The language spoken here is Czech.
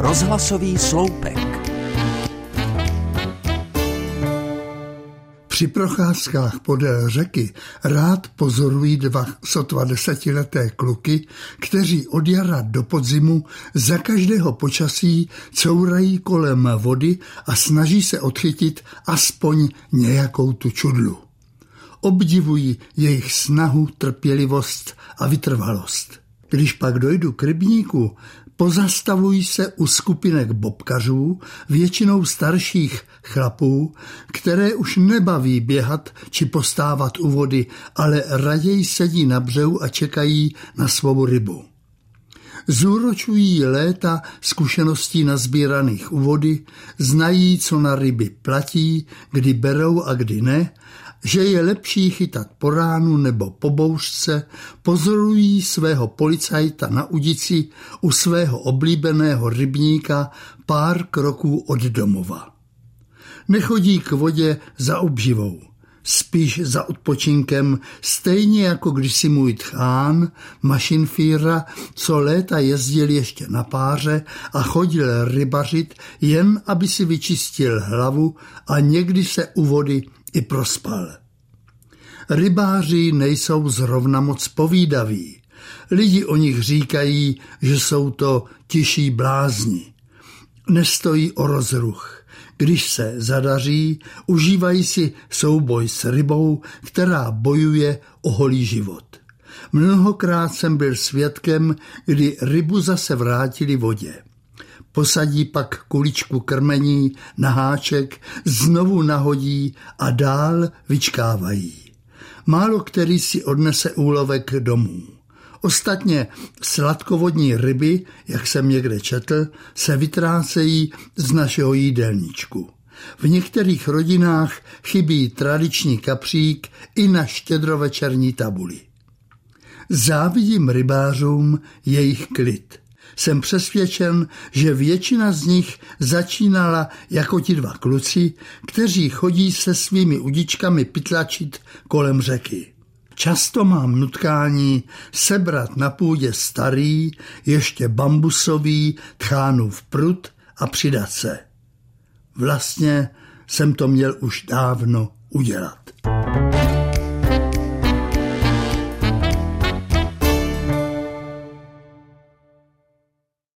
Rozhlasový sloupek. Při procházkách podél řeky rád pozorují dva sotva 10leté kluky, kteří od jara do podzimu za každého počasí courají kolem vody a snaží se odchytit aspoň nějakou tu čudlu. Obdivují jejich snahu, trpělivost a vytrvalost. Když pak dojdu k rybníku, pozastavují se u skupinek bobkařů, většinou starších chlapů, které už nebaví běhat či postávat u vody, ale raději sedí na břehu a čekají na svou rybu. Zúročují léta zkušeností nazbíraných u vody, znají, co na ryby platí, kdy berou a kdy ne, že je lepší chytat po ránu nebo po bouřce, pozorují svého policajta na udici u svého oblíbeného rybníka pár kroků od domova. Nechodí k vodě za obživou, spíš za odpočinkem, stejně jako kdysi můj tchán, mašinfíra, co léta jezdil ještě na páře a chodil rybařit, jen aby si vyčistil hlavu a někdy se u vody i prospal. Rybáři nejsou zrovna moc povídaví. Lidi o nich říkají, že jsou to tiší blázni. Nestojí o rozruch. Když se zadaří, užívají si souboj s rybou, která bojuje o holý život. Mnohokrát jsem byl svědkem, kdy rybu zase vrátili vodě. Posadí pak kuličku krmení na háček, znovu nahodí a dál vyčkávají. Málo který si odnese úlovek domů. Ostatně sladkovodní ryby, jak jsem někde četl, se vytrácejí z našeho jídelníčku. V některých rodinách chybí tradiční kapřík i na štědrovečerní tabuli. Závidím rybářům jejich klid. Jsem přesvědčen, že většina z nich začínala jako ti dva kluci, kteří chodí se svými udičkami pytlačit kolem řeky. Často mám nutkání sebrat na půdě starý, ještě bambusový tchánův prut a přidat se. Vlastně jsem to měl už dávno udělat.